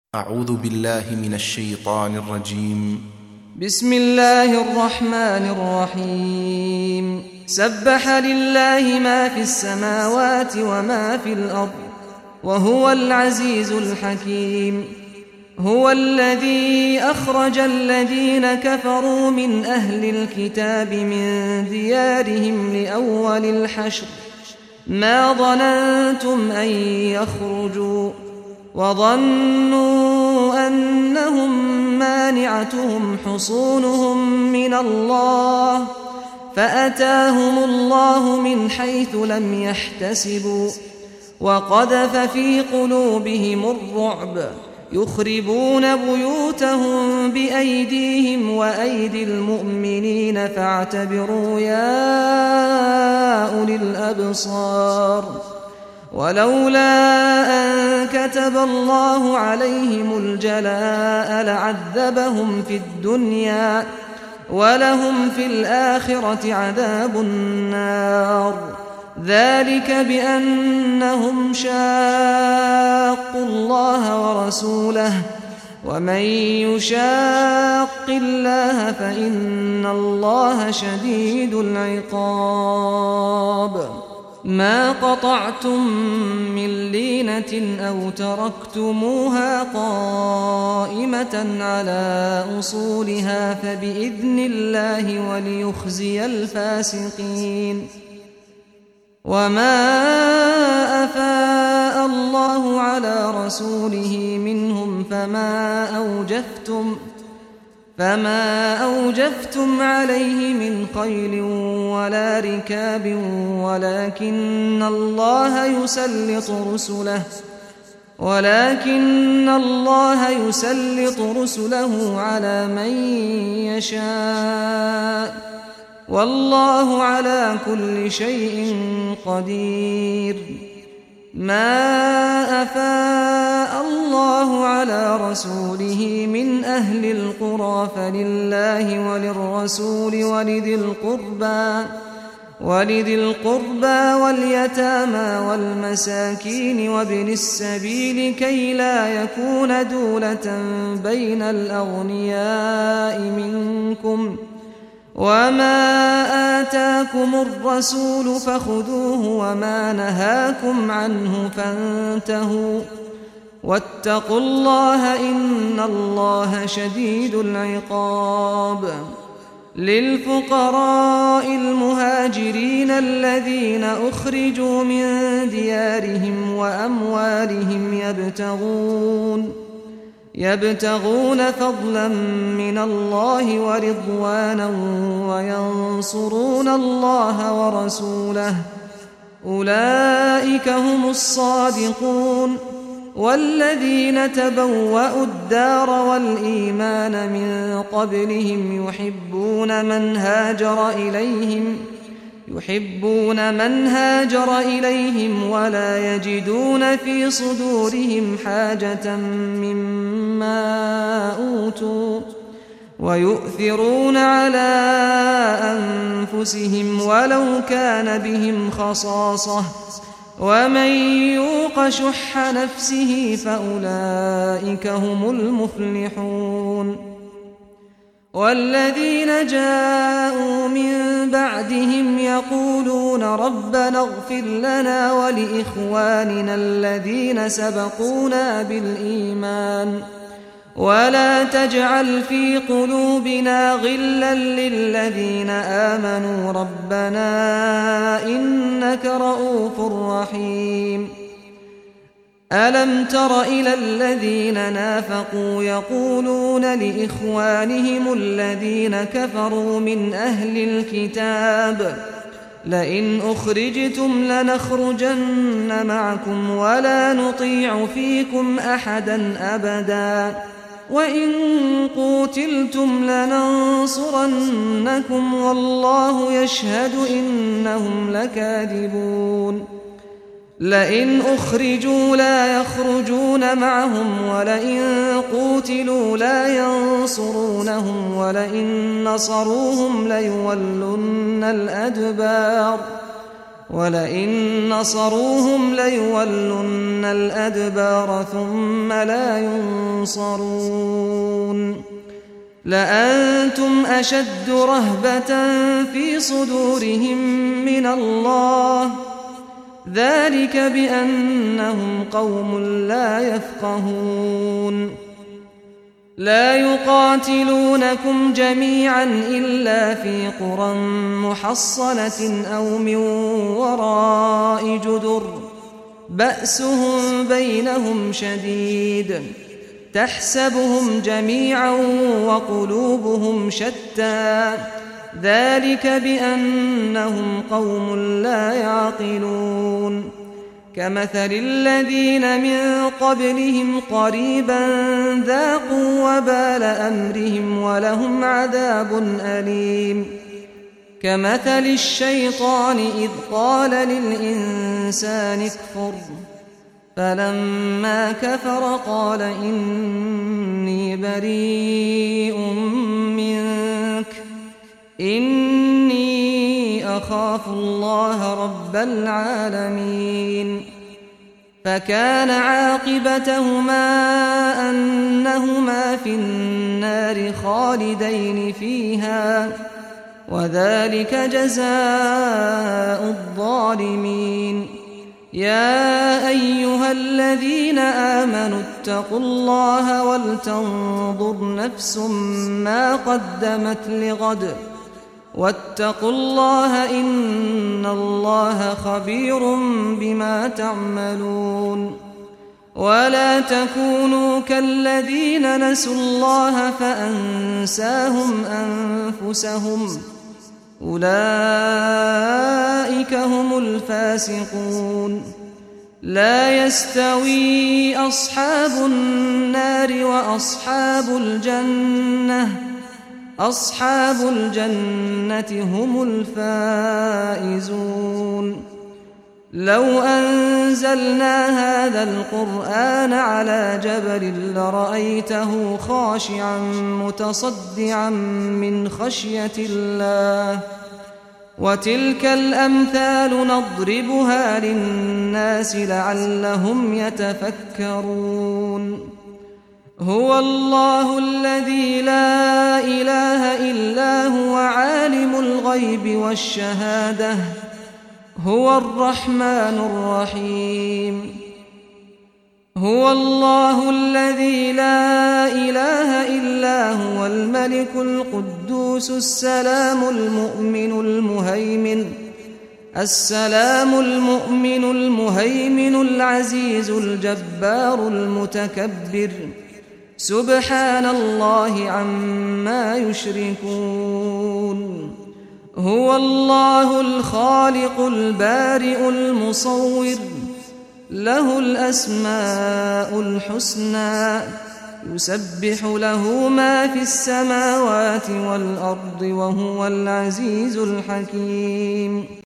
أعوذ بالله من الشيطان الرجيم. بسم الله الرحمن الرحيم. سبح لله ما في السماوات وما في الأرض وهو العزيز الحكيم. هو الذي أخرج الذين كفروا من أهل الكتاب من ديارهم لأول الحشر ما ظننتم أن يخرجوا وظنوا أنهم مانعتهم حصونهم من الله فأتاهم الله من حيث لم يحتسبوا وقذف في قلوبهم الرعب يخربون بيوتهم بأيديهم وأيدي المؤمنين فاعتبروا يا أولي الأبصار. ولولا أن كتب الله عليهم الجلاء لعذبهم في الدنيا ولهم في الآخرة عذاب النار. ذلك بأنهم شاقوا الله ورسوله ومن يشاق الله فإن الله شديد العقاب. ما قطعتم من لينة أو تركتموها قائمة على أصولها فبإذن الله وليخزي الفاسقين. وما أفاء الله على رسوله منهم فما أوجفتم عليه من خيل ولا ركاب ولكن الله يسلط رسله على من يشاء والله على كل شيء قدير. ما أفاء الله على رسوله من أهل القرى فلله وللرسول ولذي القربى واليتامى والمساكين وابن السبيل كي لا يكون دولة بين الأغنياء منكم. وما آتاكم الرسول فخذوه وما نهاكم عنه فانتهوا واتقوا الله إن الله شديد العقاب. للفقراء المهاجرين الذين أخرجوا من ديارهم وأموالهم يبتغون فضلا من الله ورضوانا وينصرون الله ورسوله أولئك هم الصادقون. والذين تبوأوا الدار والإيمان من قبلهم يحبون من هاجر إليهم ولا يجدون في صدورهم حاجة مما أوتوا ويؤثرون على أنفسهم ولو كان بهم خصاصة ومن يوق شح نفسه فأولئك هم المفلحون. والذين جاءوا من بعدهم يقولون ربنا اغفر لنا ولإخواننا الذين سبقونا بالإيمان ولا تجعل في قلوبنا غلا للذين آمنوا ربنا إنك رؤوف رحيم. ألم تر إلى الذين نافقوا يقولون لإخوانهم الذين كفروا من أهل الكتاب لئن أخرجتم لنخرجن معكم ولا نطيع فيكم أحدا أبدا وإن قوتلتم لننصرنكم والله يشهد إنهم لكاذبون. لئن أخرجوا لا يخرجون معهم ولئن قوتلوا لا ينصرونهم ولئن نصروهم ليولن الأدبار ولئن نصروهم ليولن الأدبار ثم لا ينصرون لأنتم أشد رهبة في صدورهم من الله ذلك بأنهم قوم لا يفقهون لا يقاتلونكم جميعا إلا في قرى محصنة أو من وراء جدر بأسهم بينهم شديد تحسبهم جميعا وقلوبهم شتى ذلك بأنهم قوم لا يعقلون كمثل الذين من قبلهم قريبا ذاقوا وبال أمرهم ولهم عذاب أليم كمثل الشيطان إذ قال للإنسان اكفر فلما كفر قال إني بريء منك إني أخاف الله رب العالمين فكان عاقبتهما أنهما في النار خالدين فيها وذلك جزاء الظالمين يا أيها الذين آمنوا اتقوا الله ولتنظر نفس ما قدمت لغد واتقوا الله إن الله خبير بما تعملون ولا تكونوا كالذين نسوا الله فأنساهم أنفسهم أولئك هم الفاسقون لا يستوي أصحاب النار وأصحاب الجنة هم الفائزون لو أنزلنا هذا القرآن على جبل لرأيته خاشعا متصدعا من خشية الله وتلك الأمثال نضربها للناس لعلهم يتفكرون هو الله الذي لا إله إلا هو عالم الغيب والشهادة هو الرحمن الرحيم هو الله الذي لا إله إلا هو الملك القدوس السلام المؤمن العزيز الجبار المتكبر سبحان الله عما يشركون هو الله الخالق البارئ المصور له الأسماء الحسنى يسبح له ما في السماوات والأرض وهو العزيز الحكيم